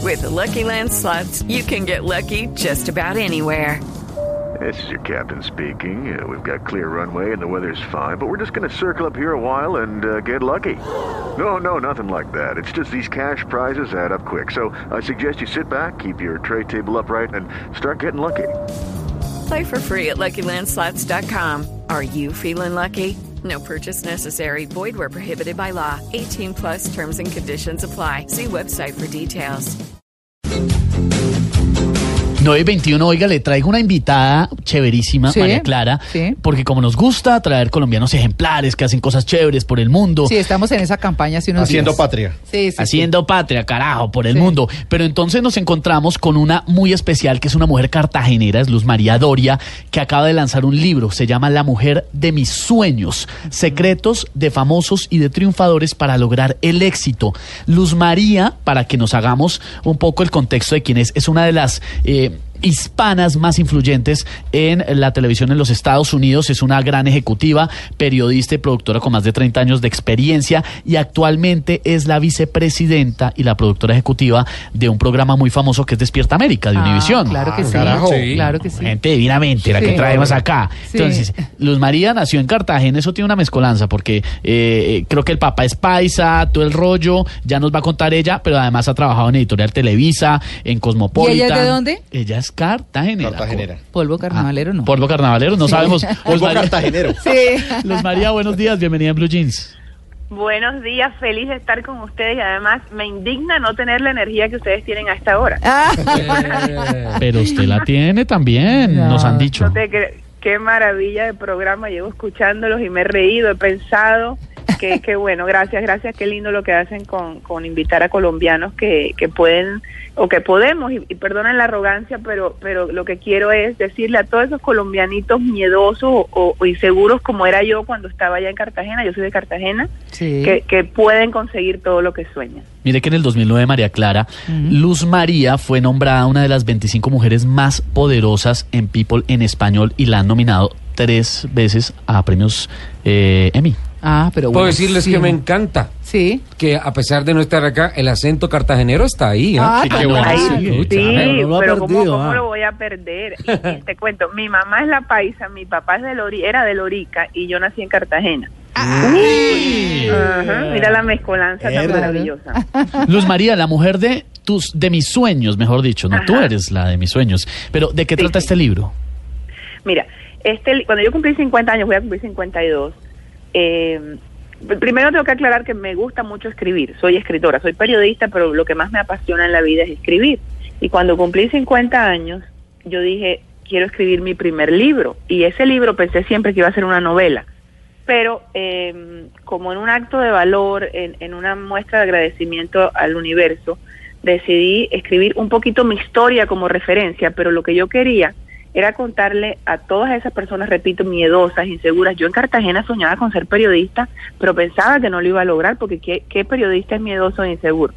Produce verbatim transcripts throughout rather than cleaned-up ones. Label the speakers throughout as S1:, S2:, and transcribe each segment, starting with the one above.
S1: With the Lucky Land Slots, you can get lucky just about anywhere.
S2: This is your captain speaking. Uh, we've got clear runway and the weather's fine, but we're just going to circle up here a while and uh, get lucky. No, no, nothing like that. It's just these cash prizes add up quick. So I suggest you sit back, keep your tray table upright, and start getting lucky.
S1: Play for free at Lucky Land Slots dot com. Are you feeling lucky? No purchase necessary. Void where prohibited by law. eighteen plus terms and conditions apply. See website for details.
S3: nueve veintiuno, oiga, le traigo una invitada chéverísima,
S4: ¿Sí?
S3: María Clara,
S4: ¿Sí?
S3: porque como nos gusta traer colombianos ejemplares que hacen cosas chéveres por el mundo.
S4: Sí, estamos en esa campaña hace unos
S5: Haciendo
S4: días.
S5: patria.
S4: Sí, sí,
S3: Haciendo patria, carajo, por el
S4: Sí.
S3: mundo. Pero entonces nos encontramos con una muy especial, que es una mujer cartagenera, es Luz María Doria, que acaba de lanzar un libro, se llama La mujer de mis sueños, secretos de famosos y de triunfadores para lograr el éxito. Luz María, para que nos hagamos un poco el contexto de quién es, es una de las eh, hispanas más influyentes en la televisión en los Estados Unidos. Es una gran ejecutiva, periodista y productora con más de treinta años de experiencia, y actualmente es la vicepresidenta y la productora ejecutiva de un programa muy famoso que es Despierta América, de
S4: Ah,
S3: Univisión.
S4: claro que sí.
S5: carajo.
S4: Sí. Claro que sí.
S3: Gente divinamente, la
S4: Sí.
S3: que traemos acá.
S4: Sí.
S3: Entonces, Luz María nació en Cartagena, eso tiene una mezcolanza, porque eh, creo que el papá es paisa, todo el rollo, ya nos va a contar ella, pero además ha trabajado en Editorial Televisa, en Cosmopolitan.
S4: ¿Y ella es de dónde?
S3: Ella es cartagenera.
S5: Cartagenera.
S4: Polvo carnavalero, ¿no?
S3: Polvo carnavalero, no
S4: Sí.
S3: sabemos. Luz
S5: Polvo
S3: María,
S5: cartagenero.
S4: Sí.
S3: Luz María, buenos días, bienvenida en Blue Jeans.
S6: Buenos días, feliz de estar con ustedes y además me indigna no tener la energía que ustedes tienen a esta hora.
S4: Ah,
S3: Pero usted la tiene también,
S4: No.
S3: nos han dicho.
S6: No te cre- qué maravilla de programa, llevo escuchándolos y me he reído, he pensado que, que bueno, gracias, gracias, qué lindo lo que hacen con, con invitar a colombianos que, que pueden o que podemos, y, y perdonen la arrogancia, pero pero lo que quiero es decirle a todos esos colombianitos miedosos o, o inseguros como era yo cuando estaba allá en Cartagena, yo soy de Cartagena,
S4: sí.
S6: que, que pueden conseguir todo lo que sueñan.
S3: Mire que en el dos mil nueve, María Clara,
S4: Ujú.
S3: Luz María fue nombrada una de las veinticinco mujeres más poderosas en People en español y la han nominado tres veces a premios eh, Emmy.
S4: Ah, pero
S5: Puedo
S4: bueno.
S5: decirles
S4: sí.
S5: que me encanta
S4: Sí.
S5: que a pesar de no estar acá, el acento cartagenero está ahí. ¿eh?
S4: Ah,
S3: Sí, qué
S4: claro.
S3: bueno.
S6: Ay,
S3: sí,
S6: sí,
S5: no lo ha
S6: pero ¿cómo,
S5: perdido,
S6: cómo
S5: ah.
S6: lo voy a perder? Y, y te cuento, mi mamá es la paisa, mi papá es de Lori, era de Lorica y yo nací en Cartagena. Ajá, mira la mezcolanza tan
S5: Claro.
S6: maravillosa.
S3: Luz María, la mujer de tus de mis sueños, mejor dicho, no,
S6: Ajá.
S3: tú eres la de mis sueños. Pero ¿de qué
S6: Sí,
S3: trata
S6: sí.
S3: este libro?
S6: Mira, este, li- cuando yo cumplí cincuenta años, voy a cumplir cincuenta y dos, eh, primero tengo que aclarar que me gusta mucho escribir, soy escritora, soy periodista, pero lo que más me apasiona en la vida es escribir. Y cuando cumplí cincuenta años, yo dije, quiero escribir mi primer libro, y ese libro pensé siempre que iba a ser una novela, pero eh, como en un acto de valor, en, en una muestra de agradecimiento al universo, decidí escribir un poquito mi historia como referencia, pero lo que yo quería era contarle a todas esas personas, repito, miedosas, inseguras. Yo en Cartagena soñaba con ser periodista, pero pensaba que no lo iba a lograr, porque ¿qué, qué periodista es miedoso e inseguro?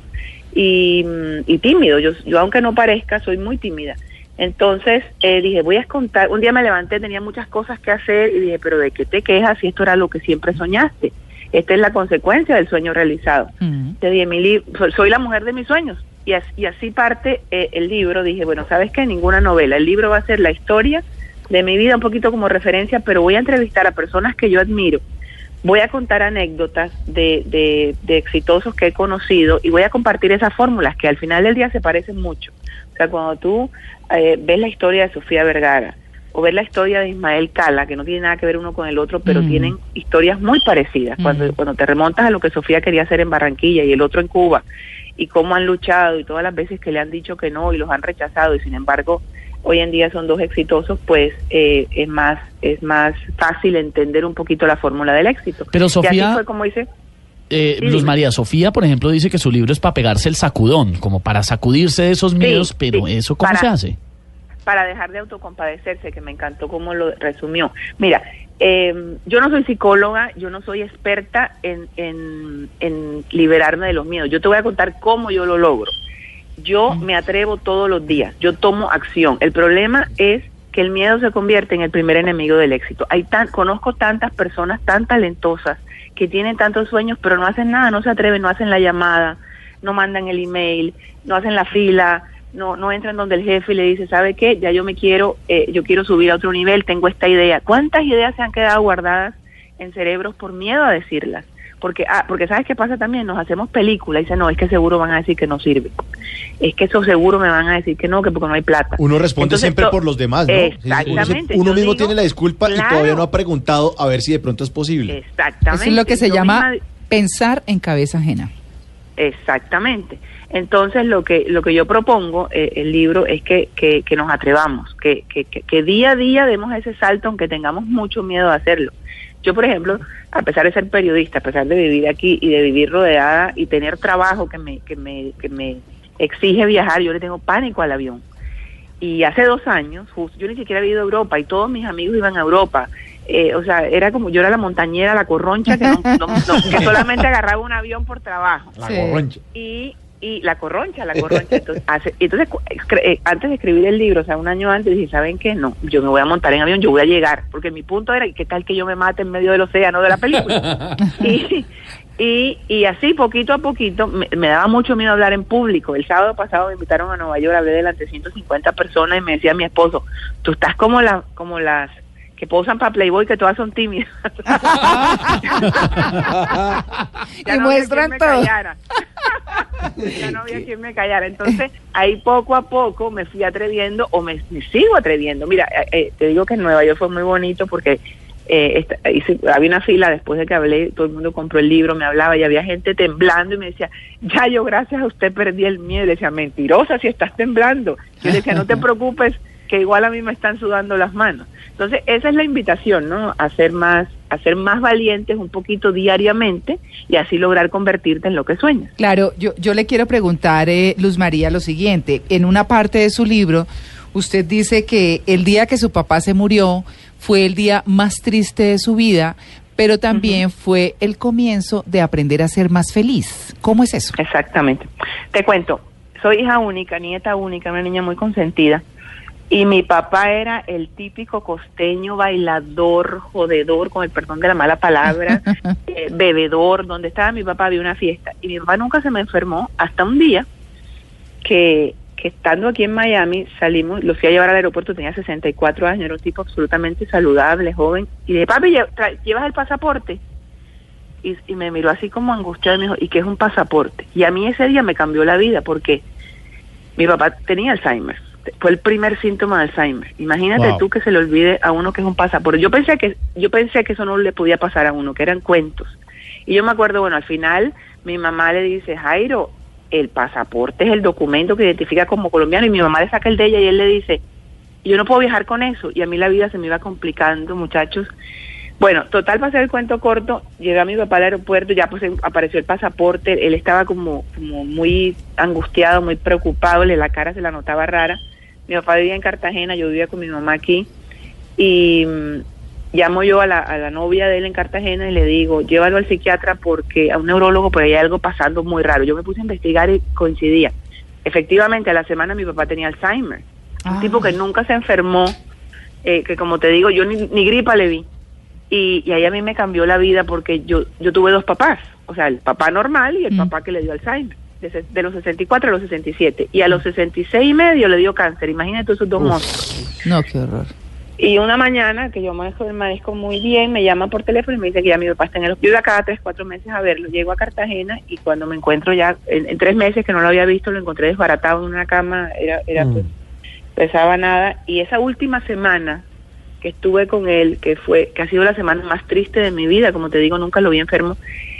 S6: Y, y tímido, yo, yo aunque no parezca, soy muy tímida. Entonces eh, dije, voy a contar, un día me levanté, tenía muchas cosas que hacer, y dije, pero ¿de qué te quejas si esto era lo que siempre soñaste? Esta es la consecuencia del sueño realizado.
S4: Mm.
S6: Te dije, mi li- soy, soy la mujer de mis sueños. Y así, y así parte eh, el libro. Dije, bueno, ¿sabes qué? Ninguna novela. El libro va a ser la historia de mi vida, un poquito como referencia, pero voy a entrevistar a personas que yo admiro. Voy a contar anécdotas de, de, de exitosos que he conocido y voy a compartir esas fórmulas que al final del día se parecen mucho. O sea, cuando tú eh, ves la historia de Sofía Vergara o ves la historia de Ismael Cala, que no tiene nada que ver uno con el otro, pero
S4: Mm.
S6: tienen historias muy parecidas.
S4: Mm.
S6: Cuando, cuando te remontas a lo que Sofía quería hacer en Barranquilla y el otro en Cuba, y cómo han luchado y todas las veces que le han dicho que no y los han rechazado, y sin embargo hoy en día son dos exitosos, pues eh, es más es más fácil entender un poquito la fórmula del éxito.
S3: Pero
S6: Y
S3: Sofía,
S6: así fue como dice.
S3: eh,
S6: Sí,
S3: Luz
S6: dime.
S3: María, Sofía, por ejemplo, dice que su libro es para pegarse el sacudón, como para sacudirse de esos miedos,
S6: Sí,
S3: pero
S6: sí,
S3: ¿eso cómo
S6: para-
S3: se hace?
S6: para dejar de autocompadecerse, que me encantó cómo lo resumió. Mira, eh, yo no soy psicóloga, yo no soy experta en, en, en liberarme de los miedos. Yo te voy a contar cómo yo lo logro. Yo me atrevo todos los días, yo tomo acción. El problema es que el miedo se convierte en el primer enemigo del éxito. Hay tan, conozco tantas personas tan talentosas que tienen tantos sueños, pero no hacen nada, no se atreven, no hacen la llamada, no mandan el email, no hacen la fila, no no entran donde el jefe y le dice, ¿sabe qué? Ya yo me quiero, eh, yo quiero subir a otro nivel, tengo esta idea. ¿Cuántas ideas se han quedado guardadas en cerebros por miedo a decirlas? Porque, ah, porque ¿sabes qué pasa también? Nos hacemos películas y dicen, no, es que seguro van a decir que no sirve. Es que eso seguro me van a decir que no, que porque no hay plata.
S7: Uno responde Entonces, siempre to- por los demás, ¿no?
S6: Exactamente.
S7: Uno, uno mismo
S6: digo,
S7: tiene la disculpa claro, y todavía no ha preguntado a ver si de pronto es posible.
S6: Exactamente.
S4: Eso es lo que se
S6: yo
S4: llama
S6: misma...
S4: pensar en cabeza ajena.
S6: Exactamente. Entonces lo que lo que yo propongo, eh, el libro, es que, que, que nos atrevamos, que, que, que día a día demos ese salto aunque tengamos mucho miedo de hacerlo. Yo, por ejemplo, a pesar de ser periodista, a pesar de vivir aquí y de vivir rodeada y tener trabajo que me que me que me exige viajar, yo le tengo pánico al avión. Y hace dos años, justo, yo ni siquiera había ido a Europa y todos mis amigos iban a Europa. Eh, o sea, era como, yo era la montañera, la corroncha, que, no, no, no, que solamente agarraba un avión por trabajo.
S7: La sí. corroncha.
S6: Y, y la corroncha, la corroncha. Entonces, hace, entonces eh, antes de escribir el libro, o sea, un año antes, dije, ¿saben qué? No, yo me voy a montar en avión, yo voy a llegar. Porque mi punto era, ¿qué tal que yo me mate en medio del océano de la película? y... Y, y así, poquito a poquito, me, me daba mucho miedo hablar en público. El sábado pasado me invitaron a Nueva York, hablé delante de ciento cincuenta personas y me decía mi esposo, tú estás como, la, como las que posan para Playboy, que todas son tímidas.
S4: Y no muestran todo.
S6: Ya no había quien me callara. Entonces, ahí poco a poco me fui atreviendo, o me, me sigo atreviendo. Mira, eh, te digo que en Nueva York fue muy bonito porque... Eh, esta, hice, había una fila después de que hablé, todo el mundo compró el libro, me hablaba y había gente temblando y me decía, ya yo gracias a usted perdí el miedo. Y le decía, mentirosa, si estás temblando. Yo le decía, no te preocupes, que igual a mí me están sudando las manos. Entonces esa es la invitación, ¿no? A ser más, a ser más valientes un poquito diariamente y así lograr convertirte en lo que sueñas.
S4: Claro, yo, yo le quiero preguntar, eh, Luz María, lo siguiente. En una parte de su libro, usted dice que el día que su papá se murió fue el día más triste de su vida, pero también uh-huh. fue el comienzo de aprender a ser más feliz. ¿Cómo es eso?
S6: Exactamente. Te cuento, soy hija única, nieta única, una niña muy consentida, y mi papá era el típico costeño bailador, jodedor, con el perdón de la mala palabra, eh, bebedor. Donde estaba mi papá había una fiesta, y mi papá nunca se me enfermó hasta un día que... que estando aquí en Miami, salimos, lo fui a llevar al aeropuerto, tenía sesenta y cuatro años, era un tipo absolutamente saludable, joven, y de papi, ¿llevas el pasaporte? Y, y me miró así como angustiado y me dijo, ¿y qué es un pasaporte? Y a mí ese día me cambió la vida, porque mi papá tenía Alzheimer, fue el primer síntoma de Alzheimer. Imagínate wow. tú que se le olvide a uno que es un pasaporte. Yo pensé que, yo pensé que eso no le podía pasar a uno, que eran cuentos. Y yo me acuerdo, bueno, al final, mi mamá le dice, Jairo, el pasaporte es el documento que identifica como colombiano, y mi mamá le saca el de ella y él le dice, yo no puedo viajar con eso, y a mí la vida se me iba complicando, muchachos. Bueno, total, para hacer el cuento corto, llegué a mi papá al aeropuerto, ya pues apareció el pasaporte, él estaba como, como muy angustiado, muy preocupado, la cara se la notaba rara. Mi papá vivía en Cartagena, yo vivía con mi mamá aquí, y llamo yo a la, a la novia de él en Cartagena y le digo, llévalo al psiquiatra porque a un neurólogo, por ahí hay algo pasando muy raro. Yo me puse a investigar y coincidía. Efectivamente, a la semana mi papá tenía Alzheimer. Ah. Un tipo que nunca se enfermó, eh, que como te digo, yo ni, ni gripa le vi. Y, y ahí a mí me cambió la vida porque yo yo tuve dos papás. O sea, el papá normal y el mm. papá que le dio Alzheimer. De, de los sesenta y cuatro a los sesenta y siete. Y a los sesenta y seis y medio le dio cáncer. Imagínate esos dos monstruos.
S4: No, qué horror.
S6: Y una mañana, que yo manejo el manejo muy bien, me llama por teléfono y me dice que ya mi papá está en el hospital. Yo iba cada tres, cuatro meses a verlo. Llego a Cartagena y cuando me encuentro ya, en, en tres meses que no lo había visto, lo encontré desbaratado en una cama, era, era mm. pues, pesaba nada. Y esa última semana que estuve con él, que fue, que ha sido la semana más triste de mi vida, como te digo, nunca lo vi enfermo.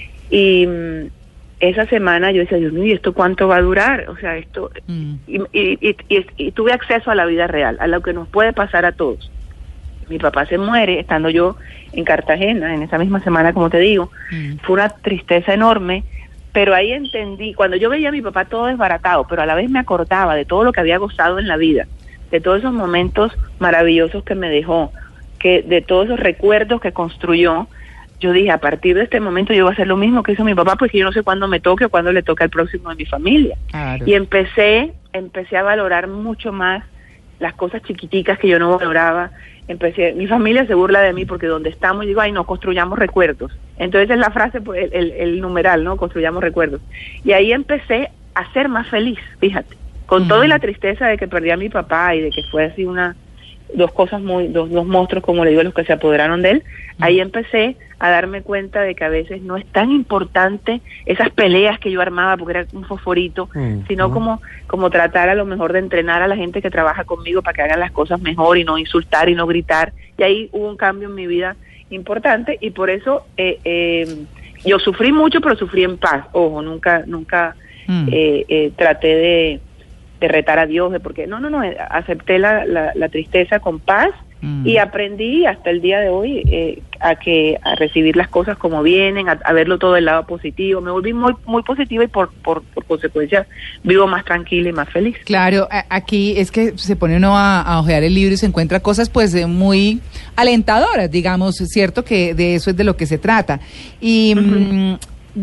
S6: Y mm, esa semana yo decía, Dios mío, ¿y esto cuánto va a durar? O sea, esto... Mm. Y, y, y, y, y tuve acceso a la vida real, a lo que nos puede pasar a todos. Mi papá se muere estando yo en Cartagena, en esa misma semana, como te digo. Mm. Fue una tristeza enorme, pero ahí entendí, cuando yo veía a mi papá todo desbaratado, pero a la vez me acordaba de todo lo que había gozado en la vida, de todos esos momentos maravillosos que me dejó, que de todos esos recuerdos que construyó. Yo dije, a partir de este momento yo voy a hacer lo mismo que hizo mi papá, porque yo no sé cuándo me toque o cuándo le toque al próximo de mi familia. Claro. Y empecé, empecé a valorar mucho más las cosas chiquiticas que yo no valoraba, empecé, mi familia se burla de mí porque donde estamos, digo, ay no, construyamos recuerdos. Entonces es la frase, pues, el, el, el numeral, ¿no? Construyamos recuerdos. Y ahí empecé a ser más feliz, fíjate, con uh-huh. toda la tristeza de que perdí a mi papá y de que fue así una, dos cosas muy, dos, dos monstruos, como le digo, los que se apoderaron de él. Uh-huh. Ahí empecé a darme cuenta de que a veces no es tan importante esas peleas que yo armaba porque era un fosforito, uh-huh. sino como, como tratar a lo mejor de entrenar a la gente que trabaja conmigo para que hagan las cosas mejor y no insultar y no gritar. Y ahí hubo un cambio en mi vida importante y por eso eh, eh, yo sufrí mucho, pero sufrí en paz. Ojo, nunca, nunca uh-huh. eh, eh, traté de, de retar a Dios, de porque no, no, no, acepté la, la, la tristeza con paz. Mm. Y aprendí hasta el día de hoy eh, a que a recibir las cosas como vienen, a, a verlo todo del lado positivo. Me volví muy muy positiva y por, por por consecuencia vivo más tranquila y más feliz.
S4: Claro, a, aquí es que se pone uno a, a ojear el libro y se encuentra cosas pues eh, muy alentadoras, digamos, es cierto que de eso es de lo que se trata. Y uh-huh. mmm,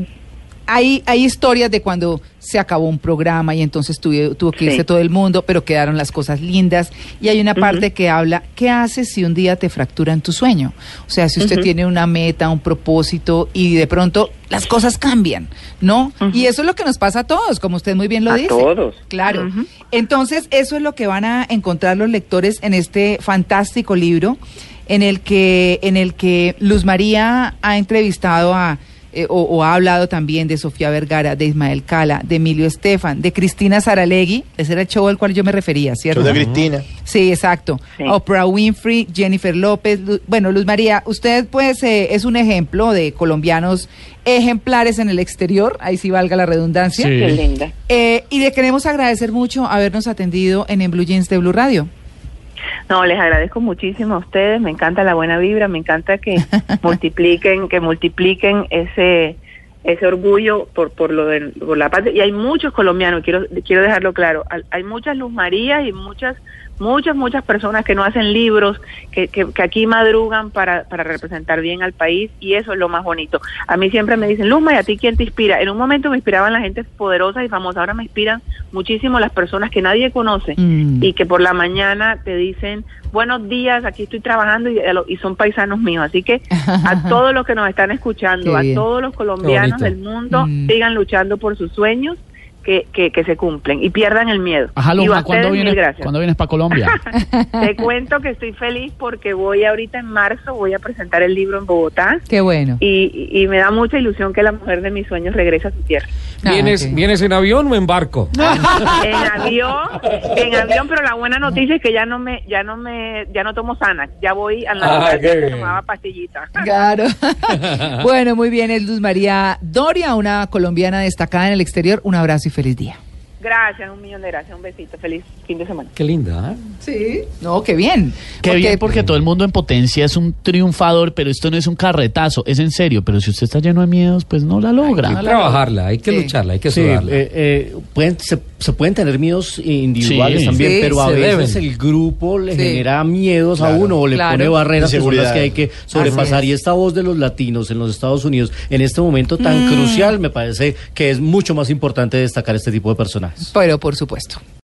S4: Hay, hay historias de cuando se acabó un programa y entonces tuvo, tuvo que irse sí. todo el mundo, pero quedaron las cosas lindas. Y hay una uh-huh. parte que habla, ¿qué haces si un día te fracturan tu sueño? O sea, si usted uh-huh. tiene una meta, un propósito y de pronto las cosas cambian, ¿no? Uh-huh. Y eso es lo que nos pasa a todos, como usted muy bien lo
S6: a
S4: dice.
S6: A todos.
S4: Claro.
S6: Uh-huh.
S4: Entonces, eso es lo que van a encontrar los lectores en este fantástico libro en el que, en el que Luz María ha entrevistado a... Eh, o, o ha hablado también de Sofía Vergara, de Ismael Cala, de Emilio Estefan, de Cristina Saralegui, ese era el show al cual yo me refería, ¿cierto?
S7: Show de Cristina.
S4: Sí, exacto. Sí. Oprah Winfrey, Jennifer López. Lu- bueno, Luz María, usted pues eh, es un ejemplo de colombianos ejemplares en el exterior, ahí sí valga la redundancia.
S6: Sí. Qué linda.
S4: Eh, y le queremos agradecer mucho habernos atendido en En Blue Jeans de Blue Radio.
S6: No, les agradezco muchísimo a ustedes, me encanta la buena vibra, me encanta que multipliquen, que multipliquen ese ese orgullo por por lo de por la patria. Y hay muchos colombianos, quiero quiero dejarlo claro, hay muchas Luz Marías y muchas muchas muchas personas que no hacen libros, que, que, que aquí madrugan para para representar bien al país y eso es lo más bonito. A mí siempre me dicen, Luz, ¿y a ti quién te inspira? En un momento me inspiraban la gente poderosa y famosa, ahora me inspiran muchísimo las personas que nadie conoce mm. y que por la mañana te dicen, buenos días, aquí estoy trabajando y, y son paisanos míos. Así que a todos los que nos están escuchando, a todos los colombianos del mundo, mm. sigan luchando por sus sueños. Que, que, que se cumplen y pierdan el miedo.
S3: Ajá, Luma, ¿cuándo vienes, ¿cuándo vienes para Colombia?
S6: Te cuento que estoy feliz porque voy ahorita en marzo, voy a presentar el libro en Bogotá.
S4: Qué bueno.
S6: Y, y me da mucha ilusión que la mujer de mis sueños regrese a su tierra.
S5: ¿Vienes,
S4: Ah, okay.
S5: ¿vienes en avión o en barco?
S6: En avión, en avión, pero la buena noticia es que ya no me, ya no me, ya no tomo Xanax, ya voy a la
S5: Ah,
S6: que tomaba pastillitas.
S4: Claro. Bueno, muy bien, es Luz María Doria, una colombiana destacada en el exterior. Un abrazo y feliz día.
S6: Gracias, un millón de gracias, un besito, feliz fin de semana.
S5: Qué linda, ¿eh?
S4: Sí. No, qué bien.
S3: Qué
S4: Porque-
S3: bien, porque todo el mundo en potencia es un triunfador, pero esto no es un carretazo, es en serio. Pero si usted está lleno de miedos, pues no la logra.
S5: Hay que trabajarla, hay que
S4: Sí.
S5: lucharla, hay que
S7: Sí,
S5: sudarla.
S7: eh, eh, pueden, se, se pueden tener miedos individuales
S3: Sí.
S7: también,
S4: Sí,
S7: pero a
S5: se
S7: veces
S5: deben.
S7: el grupo le
S4: Sí.
S7: genera miedos
S8: Claro,
S7: a uno o le
S4: claro.
S7: pone barreras que son las
S8: Inseguridad.
S7: que hay que sobrepasar.
S4: Así
S7: Y
S4: es.
S7: esta voz de los latinos en los Estados Unidos, en este momento tan
S4: Mm.
S7: crucial, me parece que es mucho más importante destacar este tipo de personajes.
S4: Pero por supuesto.